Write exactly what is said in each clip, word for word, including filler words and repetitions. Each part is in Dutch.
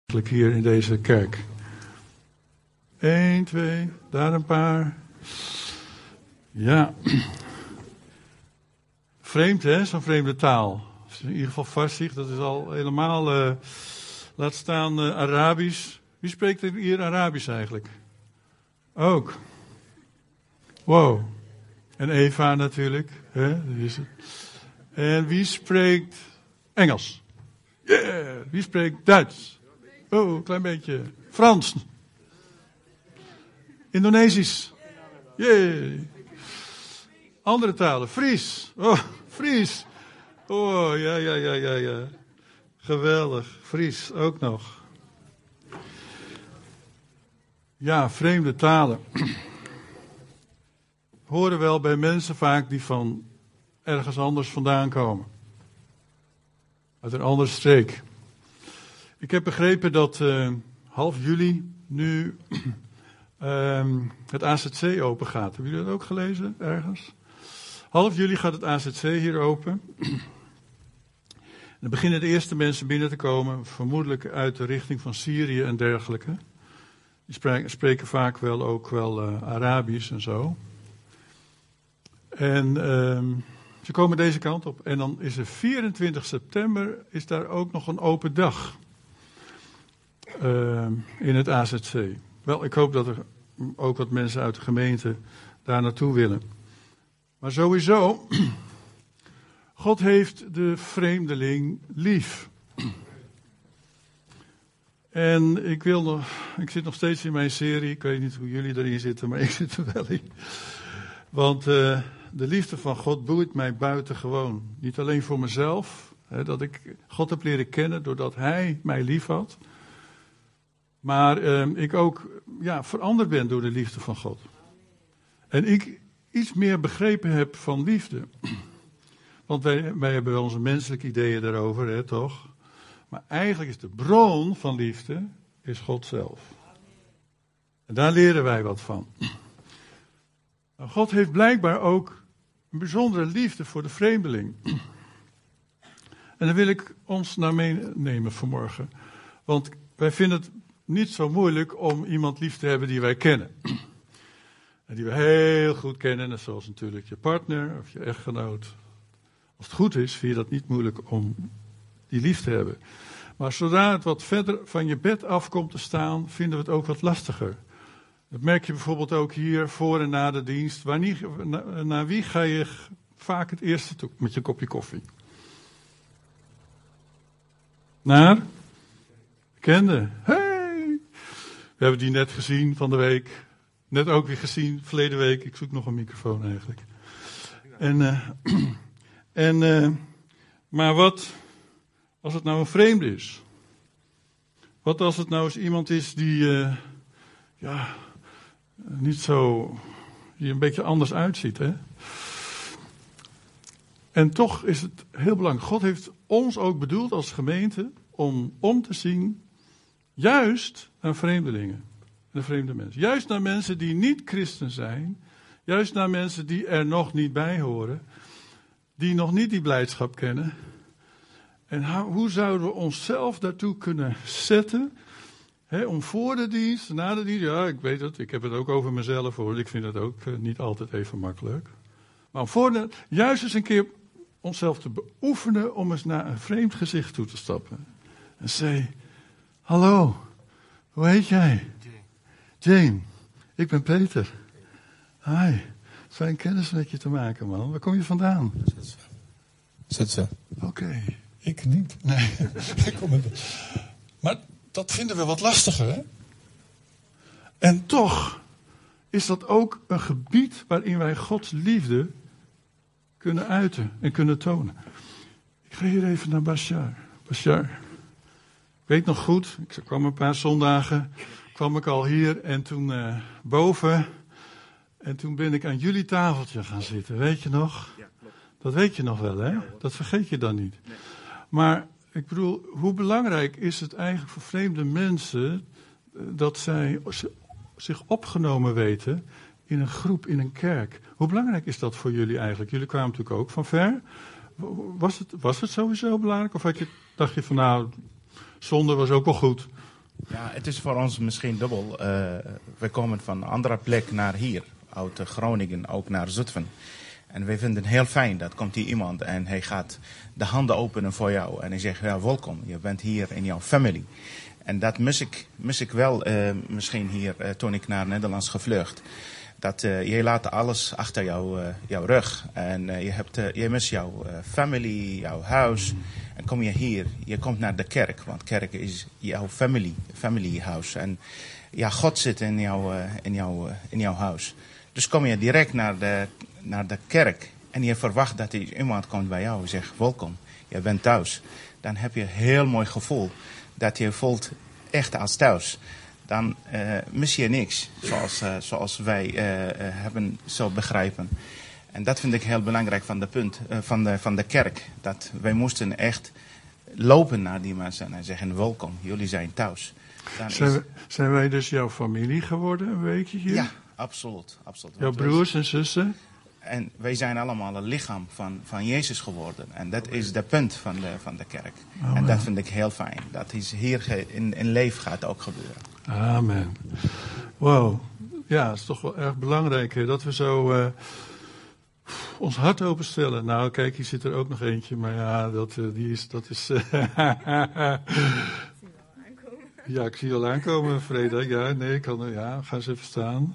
hier in deze kerk. Eén, twee, daar een paar. Ja. Vreemd, hè, zo'n vreemde taal. In ieder geval Farsi, dat is al helemaal, uh, laat staan uh, Arabisch. Wie spreekt hier Arabisch eigenlijk? Ook. Wow. En Eva natuurlijk. Hè? Is het. En wie spreekt Engels? Yeah. Wie spreekt Duits? Oh, een klein beetje. Frans. Indonesisch. Yeah. Andere talen. Fries. Oh, Fries. Oh, ja, ja, ja, ja, ja. Geweldig. Fries ook nog. Ja, vreemde talen. Horen wel bij mensen vaak die van ergens anders vandaan komen. Uit een andere streek. Ik heb begrepen dat uh, half juli nu um, het A Z C open gaat. Hebben jullie dat ook gelezen ergens? Half juli gaat het A Z C hier open. Dan beginnen de eerste mensen binnen te komen, vermoedelijk uit de richting van Syrië en dergelijke. Die spreken, spreken vaak wel ook wel uh, Arabisch en zo. En uh, ze komen deze kant op. En dan is er vierentwintig september, is daar ook nog een open dag. Uh, in het A Z C. Wel, ik hoop dat er ook wat mensen uit de gemeente daar naartoe willen. Maar sowieso, God heeft de vreemdeling lief. En ik wil nog, ik zit nog steeds in mijn serie. Ik weet niet hoe jullie erin zitten, maar ik zit er wel in. Want uh, de liefde van God boeit mij buitengewoon. Niet alleen voor mezelf, hè, dat ik God heb leren kennen doordat Hij mij lief had. Maar uh, ik ook ja, veranderd ben door de liefde van God. En ik iets meer begrepen heb van liefde. Want wij, wij hebben wel onze menselijke ideeën daarover, hè, toch? Maar eigenlijk is de bron van liefde is God zelf. En daar leren wij wat van. Nou, God heeft blijkbaar ook een bijzondere liefde voor de vreemdeling. En daar wil ik ons naar meenemen vanmorgen. Want wij vinden het niet zo moeilijk om iemand lief te hebben die wij kennen. En die we heel goed kennen, zoals natuurlijk je partner of je echtgenoot. Als het goed is, vind je dat niet moeilijk om die lief te hebben. Maar zodra het wat verder van je bed af komt te staan, vinden we het ook wat lastiger. Dat merk je bijvoorbeeld ook hier voor en na de dienst. Wanneer, na, naar wie ga je vaak het eerste toe met je kopje koffie? Naar? Bekende. Hey! We hebben die net gezien van de week. Net ook weer gezien, verleden week. Ik zoek nog een microfoon eigenlijk. En, uh, en uh, maar wat als het nou een vreemde is? Wat als het nou eens iemand is die, uh, ja, niet zo, die een beetje anders uitziet, hè? En toch is het heel belangrijk. God heeft ons ook bedoeld als gemeente om om te zien, juist naar vreemdelingen. Naar vreemde mensen. Juist naar mensen die niet christen zijn. Juist naar mensen die er nog niet bij horen. Die nog niet die blijdschap kennen. En hoe zouden we onszelf daartoe kunnen zetten? Hè, om voor de dienst, na de dienst. Ja, ik weet het. Ik heb het ook over mezelf hoor. Ik vind het ook uh, niet altijd even makkelijk. Maar om voor de, juist eens een keer onszelf te beoefenen. Om eens naar een vreemd gezicht toe te stappen. En zeg, hallo, hoe heet jij? Jane, ik ben Peter. Hi, fijn kennis met je te maken, man. Waar kom je vandaan? Zet ze. Oké. Okay. Ik niet. Nee, ik kom er. Maar dat vinden we wat lastiger, hè? En toch is dat ook een gebied waarin wij Gods liefde kunnen uiten en kunnen tonen. Ik ga hier even naar Bashar. Bashar. Ik weet nog goed, ik kwam een paar zondagen, kwam ik al hier en toen uh, boven. En toen ben ik aan jullie tafeltje gaan zitten, weet je nog? Ja, klopt. Dat weet je nog wel, hè? Dat vergeet je dan niet. Nee. Maar ik bedoel, hoe belangrijk is het eigenlijk voor vreemde mensen dat zij zich opgenomen weten in een groep, in een kerk? Hoe belangrijk is dat voor jullie eigenlijk? Jullie kwamen natuurlijk ook van ver. Was het, was het sowieso belangrijk? Of had je, dacht je van nou, zonde was ook wel goed. Ja, het is voor ons misschien dubbel. Uh, we komen van een andere plek naar hier. Uit Groningen, ook naar Zutphen. En wij vinden het heel fijn. Dat komt hier iemand en hij gaat de handen openen voor jou. En hij zegt, ja, welkom. Je bent hier in jouw familie. En dat mis ik, mis ik wel uh, misschien hier uh, toen ik naar Nederlands gevlucht. Dat uh, je laat alles achter jou, uh, jouw rug. En uh, je, hebt, uh, je mist jouw uh, familie, jouw huis. En kom je hier, je komt naar de kerk. Want kerk is jouw family, family house. En ja, God zit in jouw, uh, in jouw, uh, in jouw huis. Dus kom je direct naar de, naar de kerk. En je verwacht dat er iemand komt bij jou en zegt, welkom, je bent thuis. Dan heb je een heel mooi gevoel. Dat je voelt echt als thuis. Dan uh, mis je niks, zoals, uh, zoals wij uh, uh, hebben zo begrijpen. En dat vind ik heel belangrijk van de punt uh, van, de, van de kerk. Dat wij moesten echt lopen naar die mensen en zeggen, welkom, jullie zijn thuis. Dan zijn, is... we, zijn wij dus jouw familie geworden een weekje hier? Ja, absoluut. absoluut. Jouw broers en zussen? En wij zijn allemaal een lichaam van, van Jezus geworden. En dat is de punt van de, van de kerk. Oh, en dat ja. vind ik heel fijn. Dat is hier in, in leven gaat ook gebeuren. Amen. Wow. Ja, het is toch wel erg belangrijk hè, dat we zo uh, ons hart openstellen. Nou, kijk, hier zit er ook nog eentje. Maar ja, dat, uh, die is... Dat is uh, ja, ik zie je al aankomen, Freda. Ja, nee, ik kan... Ja, ga eens even staan.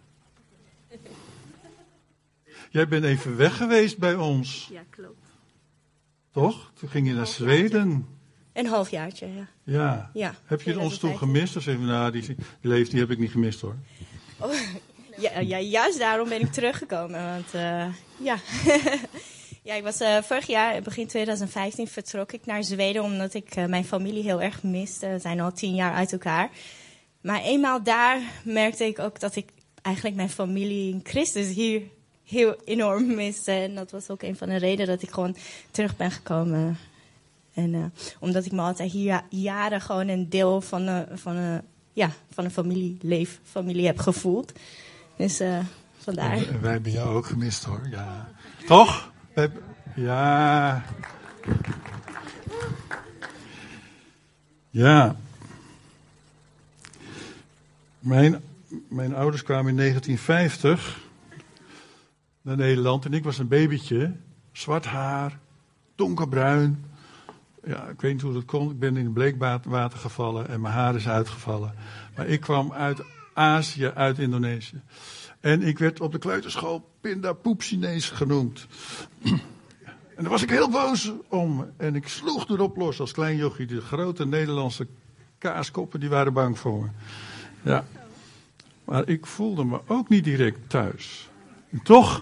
Jij bent even weg geweest bij ons. Ja, klopt. Toch? Toen ging je naar Zweden. Een halfjaartje, ja. Ja. ja. Heb je ons toen gemist? Of zeg je, nou, die, die leeft, die heb ik niet gemist hoor. Oh, ja, ja, juist daarom ben ik teruggekomen. Want uh, ja... ja, ik was uh, vorig jaar, begin twintig vijftien, vertrok ik naar Zweden. Omdat ik uh, mijn familie heel erg miste. We zijn al tien jaar uit elkaar. Maar eenmaal daar merkte ik ook dat ik eigenlijk mijn familie in Christus hier... heel enorm miste. En dat was ook een van de redenen dat ik gewoon terug ben gekomen. En uh, omdat ik me altijd hier jaren gewoon een deel van een, van een, ja, van een familieleef, familie heb gevoeld. Dus uh, vandaar. En wij hebben jou ook gemist hoor. Ja. Toch? Ja. Ja. Mijn, mijn ouders kwamen in negentien vijftig... naar Nederland en ik was een babytje, zwart haar, donkerbruin. Ja, ik weet niet hoe dat kon. Ik ben in het bleekwater gevallen en mijn haar is uitgevallen. Maar ik kwam uit Azië, uit Indonesië. En ik werd op de kleuterschool Pinda Poep Chinees genoemd. En daar was ik heel boos om. En ik sloeg erop los als klein jochie. De grote Nederlandse kaaskoppen, die waren bang voor me. Ja. Maar ik voelde me ook niet direct thuis. En toch,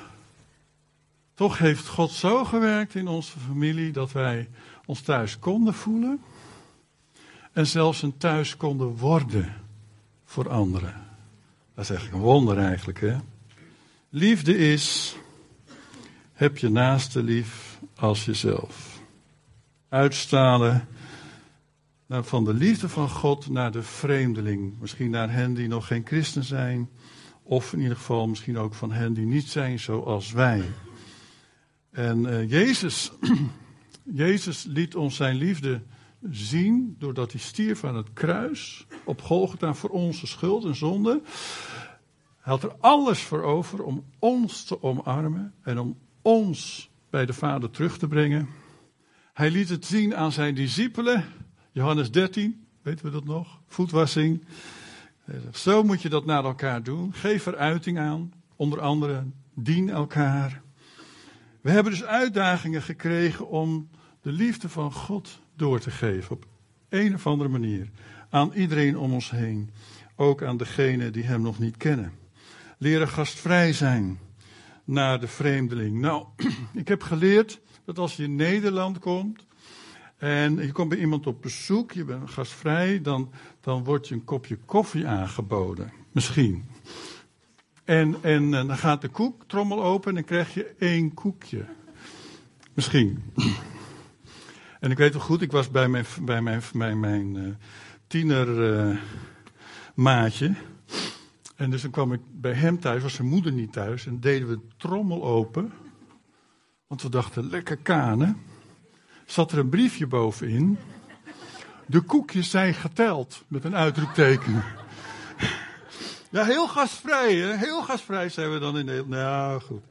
toch heeft God zo gewerkt in onze familie dat wij ons thuis konden voelen. En zelfs een thuis konden worden voor anderen. Dat is eigenlijk een wonder eigenlijk, hè. Liefde is, heb je naaste lief als jezelf. Uitstralen van de liefde van God naar de vreemdeling. Misschien naar hen die nog geen christen zijn. Of in ieder geval misschien ook van hen die niet zijn zoals wij. En uh, Jezus, Jezus liet ons zijn liefde zien doordat hij stierf aan het kruis op Golgotha voor onze schuld en zonde. Hij had er alles voor over om ons te omarmen en om ons bij de Vader terug te brengen. Hij liet het zien aan zijn discipelen. Johannes dertien, weten we dat nog? Voetwassing. Zo moet je dat naar elkaar doen. Geef er uiting aan. Onder andere, dien elkaar. We hebben dus uitdagingen gekregen om de liefde van God door te geven. Op een of andere manier. Aan iedereen om ons heen. Ook aan degenen die hem nog niet kennen. Leren gastvrij zijn naar de vreemdeling. Nou, ik heb geleerd dat als je in Nederland komt en je komt bij iemand op bezoek, je bent gastvrij, dan, dan wordt je een kopje koffie aangeboden. Misschien. En, en, en dan gaat de koektrommel open en dan krijg je één koekje. Misschien. En ik weet wel goed, ik was bij mijn, bij mijn, bij mijn uh, tiener uh, maatje. En dus dan kwam ik bij hem thuis, was zijn moeder niet thuis. En deden we de trommel open. Want we dachten, lekker kanen. Zat er een briefje bovenin. De koekjes zijn geteld, met een uitroepteken. Ja, heel gastvrij, hè? Heel gastvrij zijn we dan in Nederland. Nou, goed.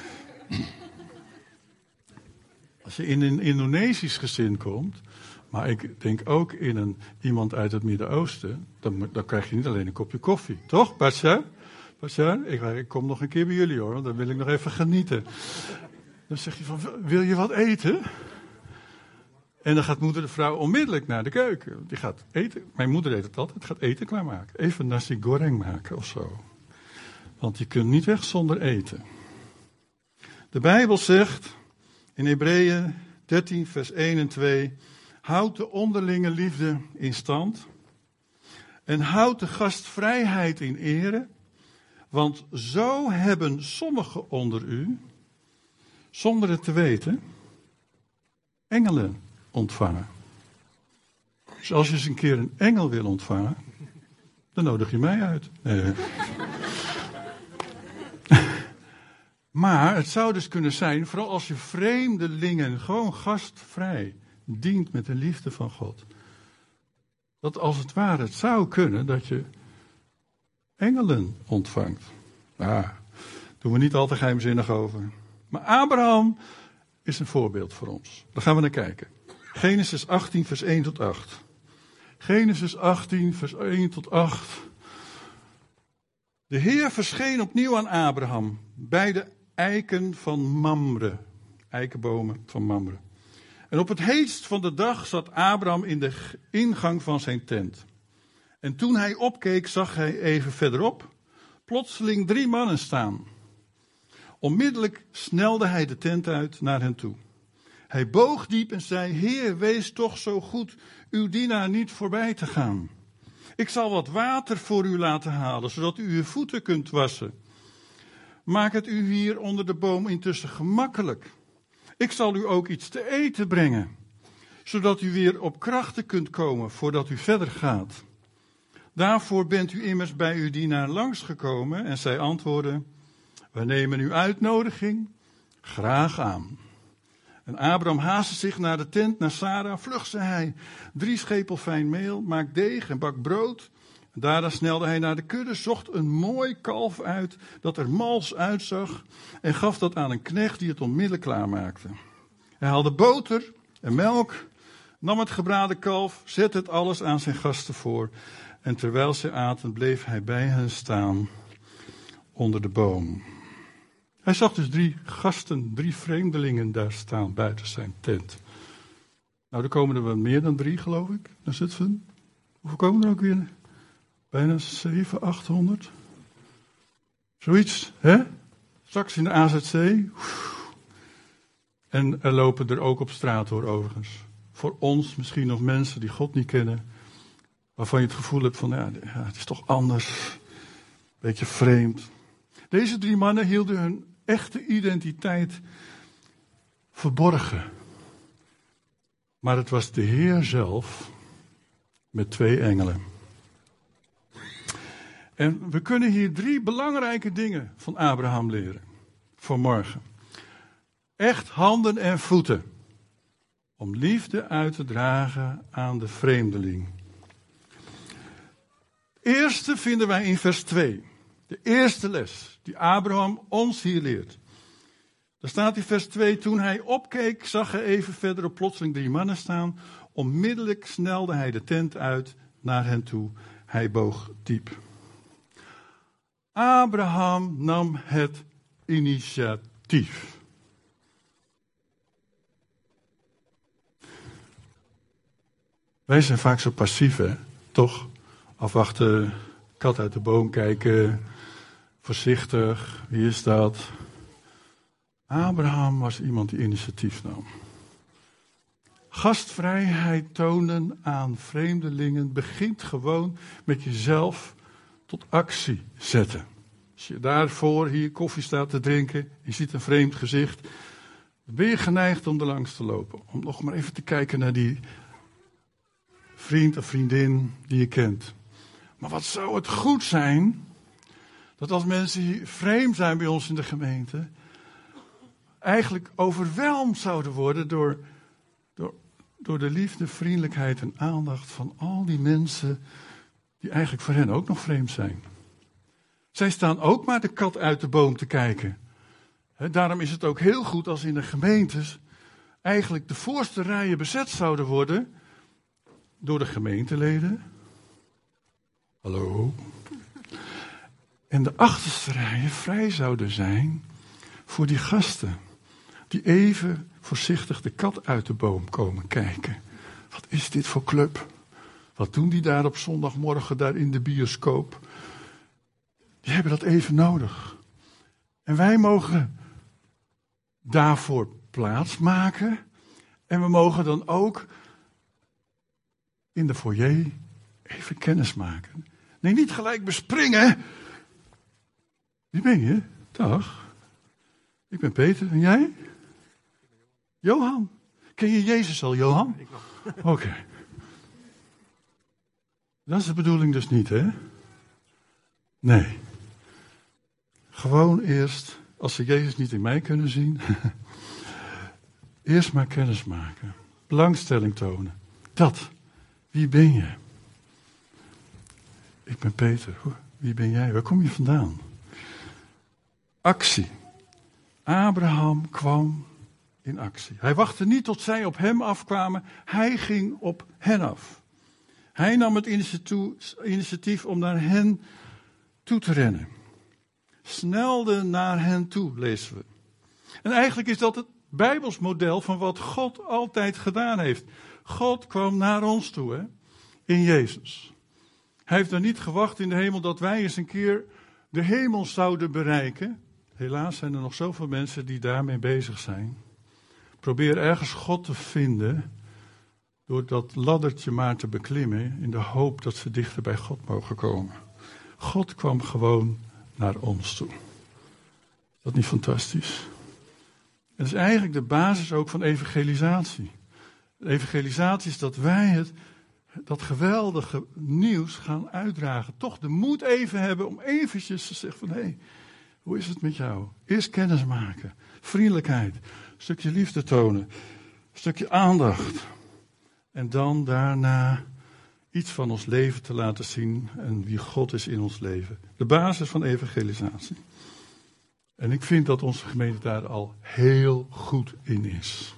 Als je in een Indonesisch gezin komt, maar ik denk ook in een, iemand uit het Midden-Oosten, dan, dan krijg je niet alleen een kopje koffie. Toch, Basja? Basja, ik, ik kom nog een keer bij jullie hoor, want dan wil ik nog even genieten. Dan zeg je van, wil je wat eten? En dan gaat moeder de vrouw onmiddellijk naar de keuken. Die gaat eten. Mijn moeder deed het altijd. Gaat eten klaarmaken. Even nasi goreng maken of zo. Want je kunt niet weg zonder eten. De Bijbel zegt in Hebreeën dertien vers één en twee. Houd de onderlinge liefde in stand. En houd de gastvrijheid in ere. Want zo hebben sommigen onder u, zonder het te weten, engelen ontvangen. Dus als je eens een keer een engel wil ontvangen, dan nodig je mij uit. Nee. Maar het zou dus kunnen zijn, vooral als je vreemdelingen gewoon gastvrij dient met de liefde van God, dat als het ware het zou kunnen dat je engelen ontvangt. Ah, doen we niet al te geheimzinnig over. Maar Abraham is een voorbeeld voor ons. Daar gaan we naar kijken. Genesis achttien vers één tot acht. Genesis achttien vers één tot acht. De Heer verscheen opnieuw aan Abraham bij de eiken van Mamre. Eikenbomen van Mamre. En op het heetst van de dag zat Abraham in de ingang van zijn tent. En toen hij opkeek, zag hij even verderop plotseling drie mannen staan. Onmiddellijk snelde hij de tent uit naar hen toe. Hij boog diep en zei, Heer, wees toch zo goed uw dienaar niet voorbij te gaan. Ik zal wat water voor u laten halen, zodat u uw voeten kunt wassen. Maak het u hier onder de boom intussen gemakkelijk. Ik zal u ook iets te eten brengen, zodat u weer op krachten kunt komen voordat u verder gaat. Daarvoor bent u immers bij uw dienaar langsgekomen. En zij antwoordden, wij nemen uw uitnodiging graag aan. En Abraham haastte zich naar de tent, naar Sarah. Vlug, zei hij, drie schepel fijn meel, maak deeg en bak brood. En daarna snelde hij naar de kudde, zocht een mooi kalf uit, dat er mals uitzag, en gaf dat aan een knecht die het onmiddellijk klaarmaakte. Hij haalde boter en melk, nam het gebraden kalf, zette het alles aan zijn gasten voor. En terwijl zij aten, bleef hij bij hen staan onder de boom. Hij zag dus drie gasten, drie vreemdelingen daar staan buiten zijn tent. Nou, er komen er wel meer dan drie, geloof ik, naar Zutphen. Hoeveel komen er ook weer? Bijna zeven, achthonderd. Zoiets, hè? Straks in de A Z C. En er lopen er ook op straat hoor, overigens. Voor ons misschien nog mensen die God niet kennen, waarvan je het gevoel hebt van, ja, het is toch anders. Beetje vreemd. Deze drie mannen hielden hun echte identiteit verborgen. Maar het was de Heer zelf met twee engelen. En we kunnen hier drie belangrijke dingen van Abraham leren. Vanmorgen. Echt handen en voeten. Om liefde uit te dragen aan de vreemdeling. Het eerste vinden wij in vers twee. De eerste les die Abraham ons hier leert. Daar staat in vers twee. Toen hij opkeek, zag hij even verderop plotseling drie mannen staan. Onmiddellijk snelde hij de tent uit naar hen toe. Hij boog diep. Abraham nam het initiatief. Wij zijn vaak zo passief, hè? Toch? Afwachten, kat uit de boom kijken, voorzichtig, wie is dat? Abraham was iemand die initiatief nam. Gastvrijheid tonen aan vreemdelingen begint gewoon met jezelf tot actie zetten. Als je daarvoor hier koffie staat te drinken, je ziet een vreemd gezicht, dan ben je geneigd om er langs te lopen. Om nog maar even te kijken naar die vriend of vriendin die je kent. Maar wat zou het goed zijn, dat als mensen hier vreemd zijn bij ons in de gemeente, eigenlijk overweldigd zouden worden door, door door de liefde, vriendelijkheid en aandacht van al die mensen die eigenlijk voor hen ook nog vreemd zijn. Zij staan ook maar de kat uit de boom te kijken. He, daarom is het ook heel goed als in de gemeentes eigenlijk de voorste rijen bezet zouden worden door de gemeenteleden. Hallo. En de achterste rijen vrij zouden zijn voor die gasten. Die even voorzichtig de kat uit de boom komen kijken. Wat is dit voor club? Wat doen die daar op zondagmorgen daar in de bioscoop? Die hebben dat even nodig. En wij mogen daarvoor plaats maken. En we mogen dan ook in de foyer even kennis maken. Nee, niet gelijk bespringen. Wie ben je? Dag. Ik ben Peter. En jij? Johan. Ken je Jezus al, Johan? Oké. Okay. Dat is de bedoeling dus niet, hè? Nee. Gewoon eerst, als ze Jezus niet in mij kunnen zien, eerst maar kennis maken. Belangstelling tonen. Dat. Wie ben je? Ik ben Peter. Wie ben jij? Waar kom je vandaan? Actie. Abraham kwam in actie. Hij wachtte niet tot zij op hem afkwamen. Hij ging op hen af. Hij nam het initiatief om naar hen toe te rennen. Snelde naar hen toe, lezen we. En eigenlijk is dat het Bijbels model van wat God altijd gedaan heeft. God kwam naar ons toe, hè? In Jezus. Hij heeft er niet gewacht in de hemel dat wij eens een keer de hemel zouden bereiken. Helaas zijn er nog zoveel mensen die daarmee bezig zijn. Probeer ergens God te vinden door dat laddertje maar te beklimmen in de hoop dat ze dichter bij God mogen komen. God kwam gewoon naar ons toe. Is dat niet fantastisch? Het is eigenlijk de basis ook van evangelisatie. De evangelisatie is dat wij het, dat geweldige nieuws gaan uitdragen. Toch de moed even hebben om eventjes te zeggen van hé, hey, hoe is het met jou? Eerst kennis maken, vriendelijkheid, een stukje liefde tonen, een stukje aandacht. En dan daarna iets van ons leven te laten zien en wie God is in ons leven. De basis van evangelisatie. En ik vind dat onze gemeente daar al heel goed in is.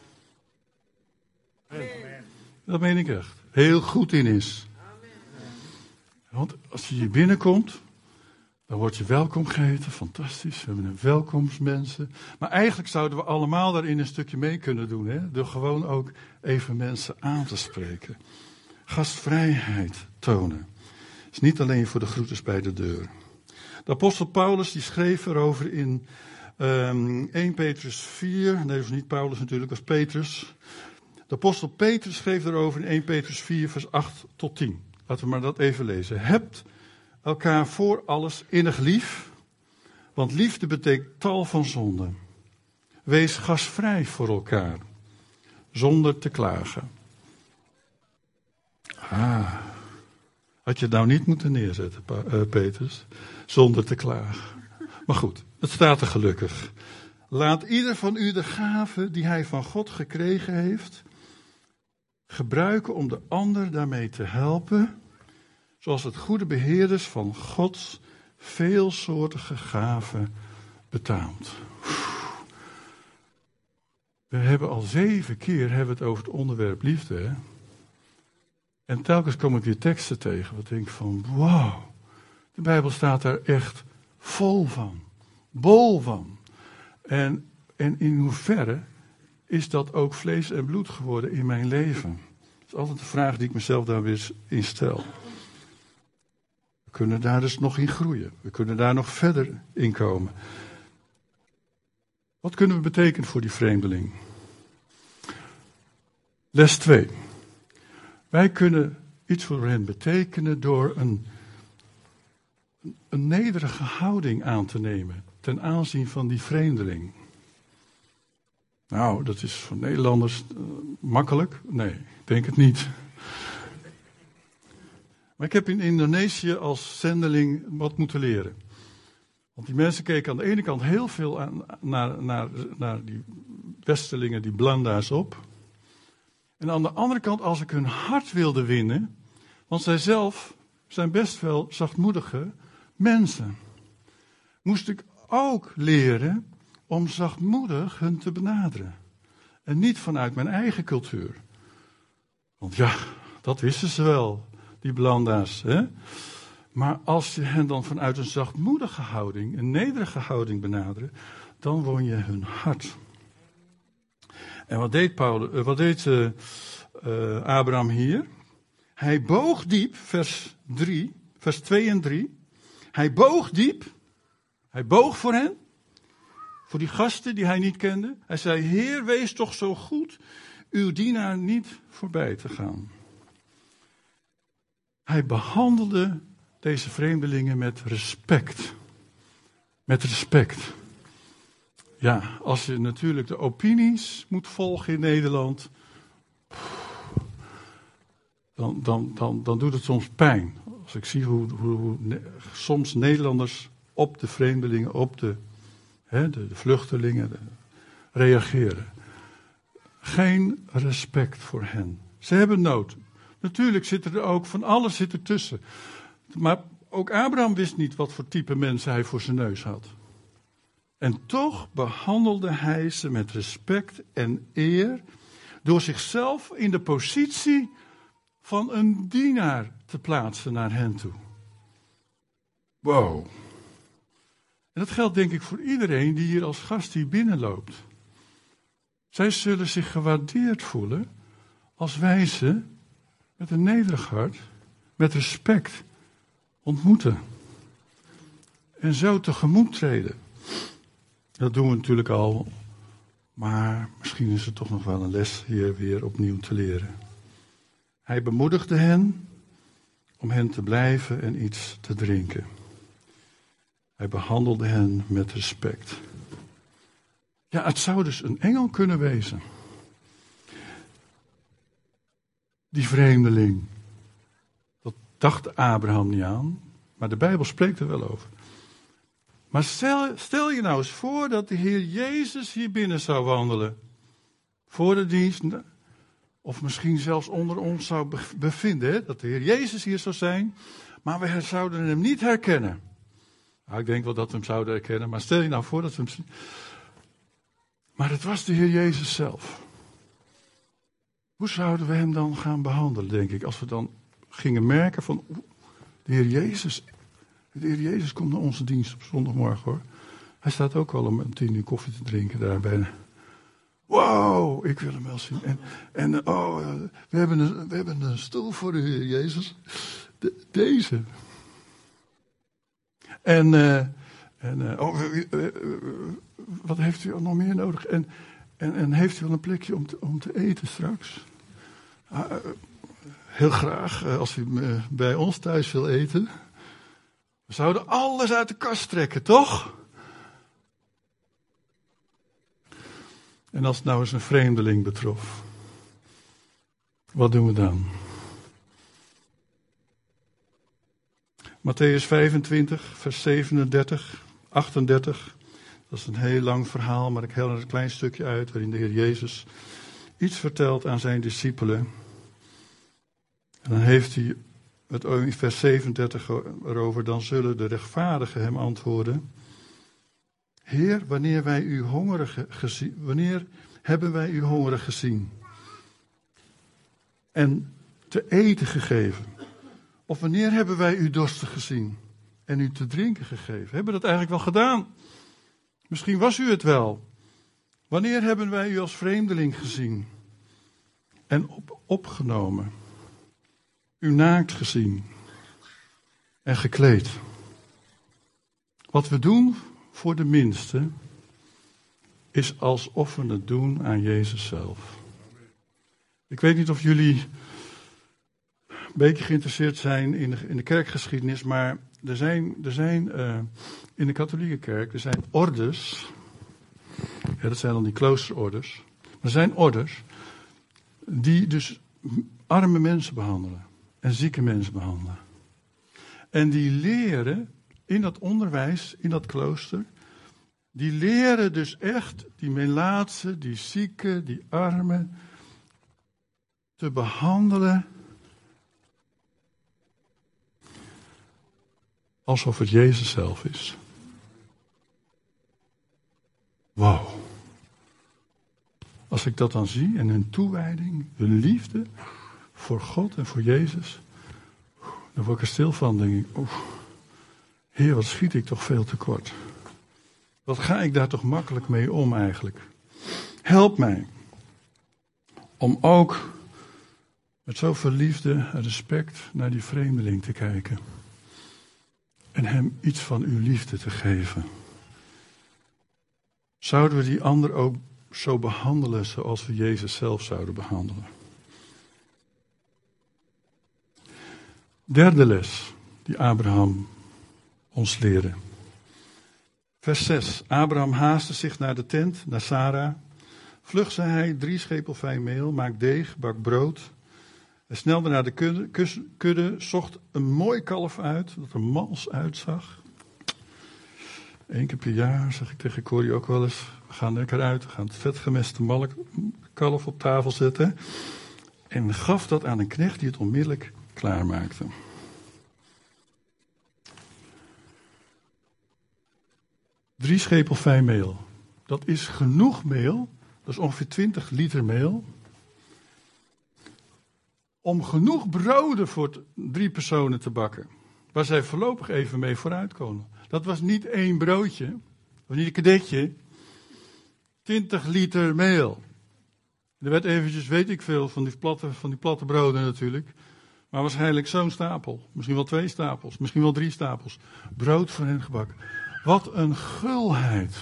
Amen. Dat meen ik echt. Heel goed in is. Want als je hier binnenkomt, dan word je welkom geheten. Fantastisch. We hebben een welkomstmensen. Maar eigenlijk zouden we allemaal daarin een stukje mee kunnen doen. Hè? Door gewoon ook even mensen aan te spreken. Gastvrijheid tonen. Het is niet alleen voor de groetjes bij de deur. De apostel Paulus die schreef erover in um, eerste Petrus vier. Nee, dat was niet Paulus natuurlijk, dat was Petrus. De apostel Petrus schreef erover in eerste Petrus vier vers acht tot tien. Laten we maar dat even lezen. Hebt elkaar voor alles innig lief, want liefde betekent tal van zonden. Wees gastvrij voor elkaar, zonder te klagen. Ah, had je het nou niet moeten neerzetten, uh, Petrus, zonder te klagen. Maar goed, het staat er gelukkig. Laat ieder van u de gave die hij van God gekregen heeft, gebruiken om de ander daarmee te helpen, zoals het goede beheerders van Gods veelsoortige gaven betaamt. We hebben al zeven keer hebben we het over het onderwerp liefde. Hè? En telkens kom ik weer teksten tegen. Wat denk ik van, wauw. De Bijbel staat daar echt vol van. Bol van. En, en in hoeverre is dat ook vlees en bloed geworden in mijn leven? Dat is altijd de vraag die ik mezelf daar weer in stel. We kunnen daar dus nog in groeien. We kunnen daar nog verder in komen. Wat kunnen we betekenen voor die vreemdeling? Les twee. Wij kunnen iets voor hen betekenen door een, een nederige houding aan te nemen ten aanzien van die vreemdeling. Nou, dat is voor Nederlanders uh, makkelijk. Nee, ik denk het niet. Maar ik heb in Indonesië als zendeling wat moeten leren. Want die mensen keken aan de ene kant heel veel aan, naar, naar, naar die Westerlingen, die Blanda's op. En aan de andere kant, als ik hun hart wilde winnen, want zij zelf zijn best wel zachtmoedige mensen, moest ik ook leren om zachtmoedig hun te benaderen. En niet vanuit mijn eigen cultuur. Want ja, dat wisten ze wel, die Blanda's. Hè? Maar als je hen dan vanuit een zachtmoedige houding, een nederige houding benadert, dan won je hun hart. En wat deed, Paulus, wat deed uh, uh, Abraham hier? Hij boog diep, vers drie, vers twee en drie. Hij boog diep. Hij boog voor hen. Voor die gasten die hij niet kende. Hij zei, Heer, wees toch zo goed uw dienaar niet voorbij te gaan. Hij behandelde deze vreemdelingen met respect. Met respect. Ja, als je natuurlijk de opinies moet volgen in Nederland, dan, dan, dan, dan doet het soms pijn. Als ik zie hoe, hoe, hoe ne, soms Nederlanders op de vreemdelingen, op de, hè, de, de vluchtelingen de, reageren. Geen respect voor hen. Ze hebben nood. Natuurlijk zit er ook van alles zit ertussen. Maar ook Abraham wist niet wat voor type mensen hij voor zijn neus had. En toch behandelde hij ze met respect en eer door zichzelf in de positie van een dienaar te plaatsen naar hen toe. Wow. En dat geldt denk ik voor iedereen die hier als gast hier binnenloopt. Zij zullen zich gewaardeerd voelen als wij ze met een nederig hart, met respect ontmoeten. En zo tegemoet treden. Dat doen we natuurlijk al, maar misschien is het toch nog wel een les hier weer opnieuw te leren. Hij bemoedigde hen om hen te blijven en iets te drinken. Hij behandelde hen met respect. Ja, het zou dus een engel kunnen wezen. Die vreemdeling. Dat dacht Abraham niet aan, maar de Bijbel spreekt er wel over. Maar stel, stel je nou eens voor dat de Heer Jezus hier binnen zou wandelen. Voor de dienst. Of misschien zelfs onder ons zou bevinden. Hè? Dat de Heer Jezus hier zou zijn. Maar we zouden hem niet herkennen. Nou, ik denk wel dat we hem zouden herkennen. Maar stel je nou voor dat we hem... Maar het was de Heer Jezus zelf. Hoe zouden we hem dan gaan behandelen, denk ik. Als we dan gingen merken van... De Heer Jezus... De Heer Jezus komt naar onze dienst op zondagmorgen, hoor. Hij staat ook wel om een tien uur koffie te drinken daar bijna. Wow, ik wil hem wel zien. En, en oh, we hebben, een, we hebben een stoel voor de Heer Jezus. De, deze. En, uh, en uh, oh, uh, uh, uh, wat heeft u nog meer nodig? En, en, en heeft u wel een plekje om te, om te eten straks? Uh, uh, heel graag, uh, als u uh, bij ons thuis wil eten. We zouden alles uit de kast trekken, toch? En als het nou eens een vreemdeling betrof. Wat doen we dan? Mattheüs vijfentwintig, vers zevenendertig, achtendertig. Dat is een heel lang verhaal, maar ik haal er een klein stukje uit waarin de Heer Jezus iets vertelt aan zijn discipelen. En dan heeft hij het in vers zevenendertig erover, dan zullen de rechtvaardigen hem antwoorden. Heer, wanneer wij u hongerig gezien, wanneer hebben wij u hongerig gezien en te eten gegeven? Of wanneer hebben wij u dorstig gezien en u te drinken gegeven? Hebben we dat eigenlijk wel gedaan? Misschien was u het wel. Wanneer hebben wij u als vreemdeling gezien en op, opgenomen? U naakt gezien en gekleed. Wat we doen voor de minste is alsof we het doen aan Jezus zelf. Ik weet niet of jullie een beetje geïnteresseerd zijn in de, in de kerkgeschiedenis, maar er zijn, er zijn uh, in de katholieke kerk, er zijn ordes, ja, dat zijn dan die kloosterorders, maar er zijn orders die dus arme mensen behandelen en zieke mensen behandelen. En die leren in dat onderwijs, in dat klooster, die leren dus echt die melaatse, die zieke, die arme, te behandelen alsof het Jezus zelf is. Wauw. Als ik dat dan zie en hun toewijding, hun liefde voor God en voor Jezus, dan word ik er stil van, denk ik, oeh, Heer, wat schiet ik toch veel te kort. Wat ga ik daar toch makkelijk mee om eigenlijk? Help mij om ook met zoveel liefde en respect naar die vreemdeling te kijken. En hem iets van uw liefde te geven. Zouden we die ander ook zo behandelen zoals we Jezus zelf zouden behandelen? Derde les die Abraham ons leerde. Vers zes. Abraham haastte zich naar de tent, naar Sarah. Vlug zei hij, drie schepel fijn meel, maak deeg, bak brood. Hij snelde naar de kudde, kus, kudde, zocht een mooi kalf uit, dat er mals uitzag. Eén keer per jaar, zeg ik tegen Corrie ook wel eens, we gaan lekker uit, we gaan het vetgemeste malk, kalf op tafel zetten. En gaf dat aan een knecht die het onmiddellijk klaarmaakte. Drie schepel fijn meel. Dat is genoeg meel, dat is ongeveer twintig liter meel, om genoeg broden voor drie personen te bakken. Waar zij voorlopig even mee vooruit konden. Dat was niet één broodje, dat was niet een kadetje. twintig liter meel. Er werd eventjes, weet ik veel, van die platte, van die platte broden natuurlijk. Maar waarschijnlijk zo'n stapel. Misschien wel twee stapels, misschien wel drie stapels. Brood voor hen gebakken. Wat een gulheid.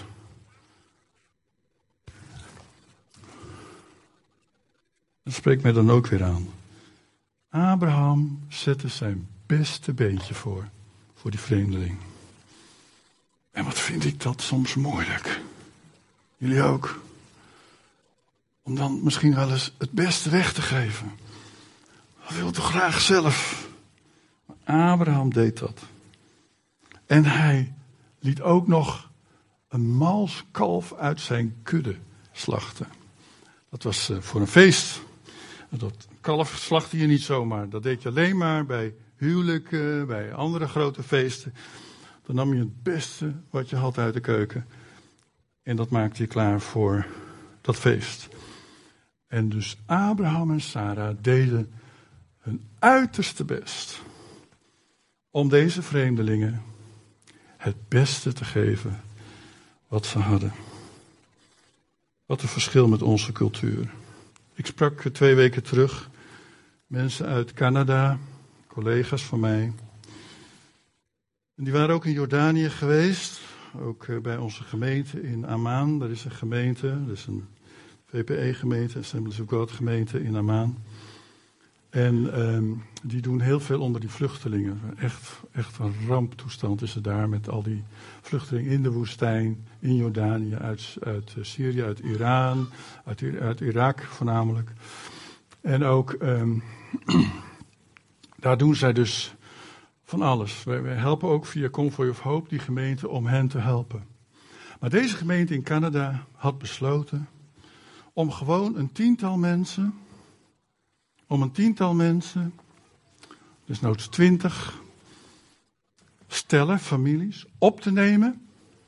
Dat spreekt mij dan ook weer aan. Abraham zette zijn beste beentje voor, voor die vreemdeling. En wat vind ik dat soms moeilijk. Jullie ook. Om dan misschien wel eens het beste weg te geven. Dat wil toch graag zelf. Maar Abraham deed dat. En hij liet ook nog een mals kalf uit zijn kudde slachten. Dat was uh, voor een feest. Dat kalf slachtte je niet zomaar. Dat deed je alleen maar bij huwelijken, bij andere grote feesten. Dan nam je het beste wat je had uit de keuken. En dat maakte je klaar voor dat feest. En dus Abraham en Sarah deden hun uiterste best om deze vreemdelingen het beste te geven wat ze hadden. Wat een verschil met onze cultuur. Ik sprak twee weken terug mensen uit Canada, collega's van mij. En die waren ook in Jordanië geweest, ook bij onze gemeente in Amman. Daar is een gemeente, dat is een V P E-gemeente, Assemblies of God gemeente in Amman. En um, die doen heel veel onder die vluchtelingen. Echt, echt een ramptoestand is er daar met al die vluchtelingen in de woestijn, in Jordanië, uit, uit Syrië, uit Iran, uit, uit Irak voornamelijk. En ook, um, daar doen zij dus van alles. Wij, wij helpen ook via Convoy of Hope die gemeente om hen te helpen. Maar deze gemeente in Canada had besloten om gewoon een tiental mensen... Om een tiental mensen, dus noods twintig stellen, families, op te nemen.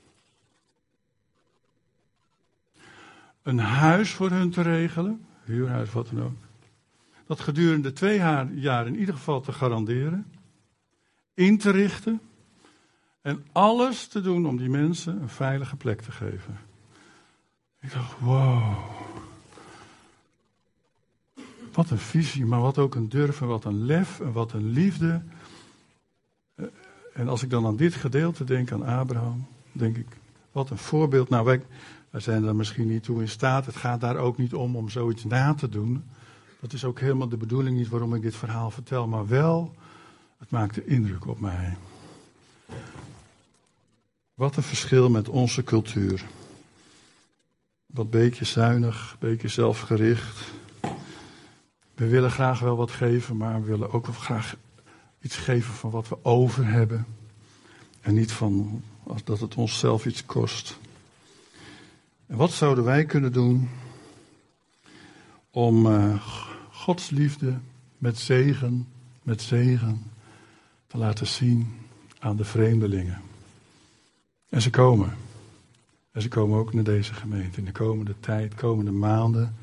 Een huis voor hun te regelen, huurhuis, wat dan ook. Dat gedurende twee jaar in ieder geval te garanderen. In te richten. En alles te doen om die mensen een veilige plek te geven. Ik dacht, wow. Wat een visie, maar wat ook een durf en wat een lef en wat een liefde. En als ik dan aan dit gedeelte denk, aan Abraham, denk ik, wat een voorbeeld. Nou, wij, wij zijn er misschien niet toe in staat. Het gaat daar ook niet om om zoiets na te doen. Dat is ook helemaal de bedoeling niet waarom ik dit verhaal vertel. Maar wel, het maakte indruk op mij. Wat een verschil met onze cultuur. Wat beetje zuinig, beetje zelfgericht. We willen graag wel wat geven, maar we willen ook wel graag iets geven van wat we over hebben. En niet van dat het onszelf iets kost. En wat zouden wij kunnen doen om uh, Gods liefde met zegen, met zegen te laten zien aan de vreemdelingen. En ze komen. En ze komen ook naar deze gemeente in de komende tijd, komende maanden.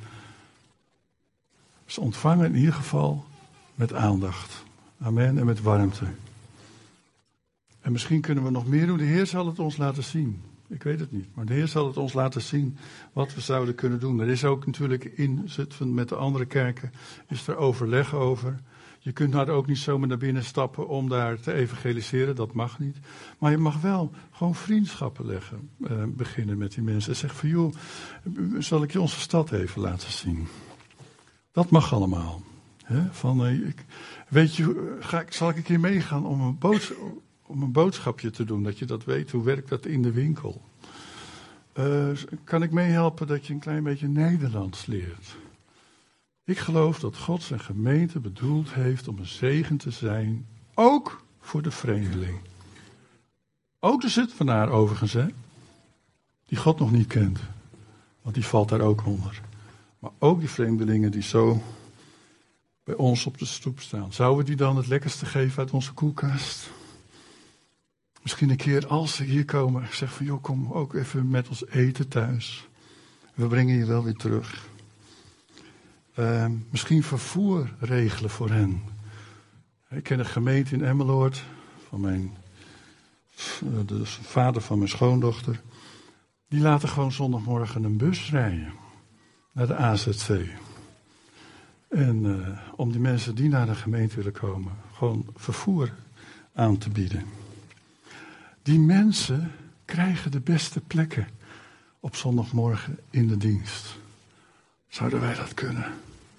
Ze ontvangen in ieder geval met aandacht. Amen. En met warmte. En misschien kunnen we nog meer doen. De Heer zal het ons laten zien. Ik weet het niet. Maar de Heer zal het ons laten zien wat we zouden kunnen doen. Er is ook natuurlijk in Zutphen met de andere kerken is er overleg over. Je kunt daar ook niet zomaar naar binnen stappen om daar te evangeliseren. Dat mag niet. Maar je mag wel gewoon vriendschappen leggen. Uh, beginnen met die mensen. En zeg van joh, zal ik je onze stad even laten zien. Dat mag allemaal. He? Van, uh, ik, weet je, ga, zal ik een keer meegaan om een, boods, om een boodschapje te doen? Dat je dat weet. Hoe werkt dat in de winkel? Uh, kan ik meehelpen dat je een klein beetje Nederlands leert? Ik geloof dat God zijn gemeente bedoeld heeft om een zegen te zijn. Ook voor de vreemdeling. Ook de Zutphenaar overigens, hè? Die God nog niet kent. Want die valt daar ook onder. Maar ook die vreemdelingen die zo bij ons op de stoep staan. Zouden we die dan het lekkerste geven uit onze koelkast? Misschien een keer als ze hier komen, zeg van joh, kom ook even met ons eten thuis. We brengen je wel weer terug. Uh, misschien vervoer regelen voor hen. Ik ken een gemeente in Emmeloord van mijn de vader van mijn schoondochter. Die laten gewoon zondagmorgen een bus rijden naar de A Z C. En uh, om die mensen die naar de gemeente willen komen, gewoon vervoer aan te bieden. Die mensen krijgen de beste plekken op zondagmorgen in de dienst. Zouden wij dat kunnen?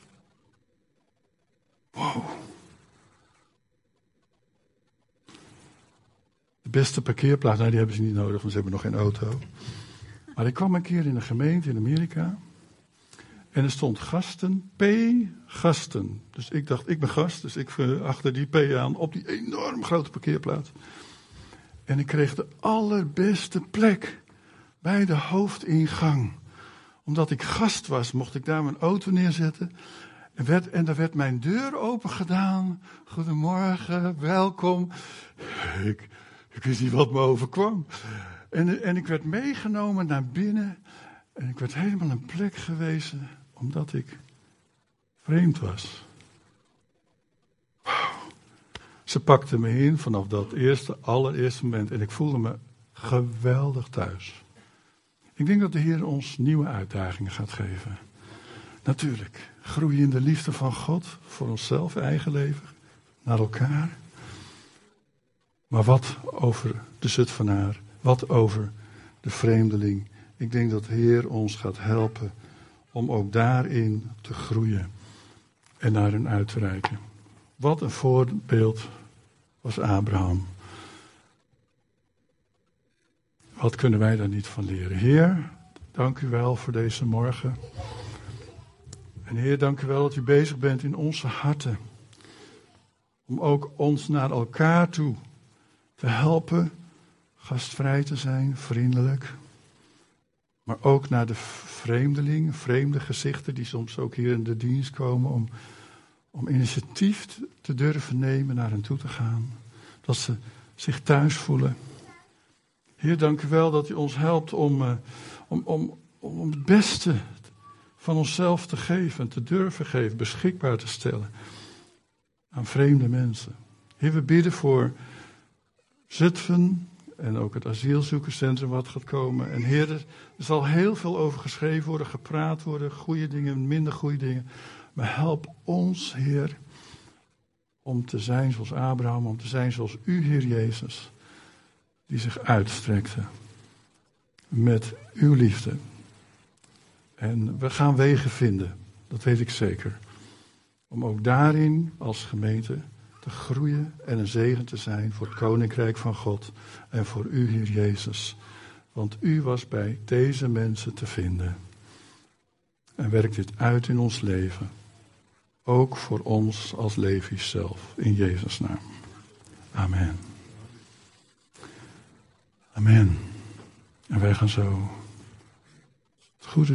Wow. De beste parkeerplaats, nou die hebben ze niet nodig, want ze hebben nog geen auto. Maar ik kwam een keer in een gemeente in Amerika. En er stond gasten, P, gasten. Dus ik dacht, ik ben gast, dus ik achter die P aan op die enorm grote parkeerplaats. En ik kreeg de allerbeste plek bij de hoofdingang. Omdat ik gast was, mocht ik daar mijn auto neerzetten. En, werd, en er werd mijn deur open gedaan. Goedemorgen, welkom. Ik, ik wist niet wat me overkwam. En, en ik werd meegenomen naar binnen. En ik werd helemaal een plek gewezen, omdat ik vreemd was. Wow. Ze pakte me in vanaf dat eerste, allereerste moment. En ik voelde me geweldig thuis. Ik denk dat de Heer ons nieuwe uitdagingen gaat geven. Natuurlijk, groeien in de liefde van God, voor onszelf, eigen leven, naar elkaar. Maar wat over de Zutphenaar, wat over de vreemdeling. Ik denk dat de Heer ons gaat helpen om ook daarin te groeien en naar hen uit te reiken. Wat een voorbeeld was Abraham. Wat kunnen wij daar niet van leren? Heer, dank u wel voor deze morgen. En Heer, dank u wel dat u bezig bent in onze harten. Om ook ons naar elkaar toe te helpen, gastvrij te zijn, vriendelijk. Maar ook naar de vreemdelingen, vreemde gezichten die soms ook hier in de dienst komen. Om, om initiatief te durven nemen, naar hen toe te gaan. Dat ze zich thuis voelen. Heer, dank u wel dat u ons helpt om, uh, om, om, om het beste van onszelf te geven. Te durven geven, beschikbaar te stellen. Aan vreemde mensen. Heer, we bidden voor Zutphen. En ook het asielzoekerscentrum wat gaat komen. En Heer, er zal heel veel over geschreven worden, gepraat worden. Goede dingen, minder goede dingen. Maar help ons, Heer, om te zijn zoals Abraham. Om te zijn zoals u, Heer Jezus. Die zich uitstrekte. Met uw liefde. En we gaan wegen vinden. Dat weet ik zeker. Om ook daarin als gemeente te groeien en een zegen te zijn voor het Koninkrijk van God en voor u, Heer Jezus. Want u was bij deze mensen te vinden. En werkt dit uit in ons leven. Ook voor ons als Levi's zelf. In Jezus' naam. Amen. Amen. En wij gaan zo het goede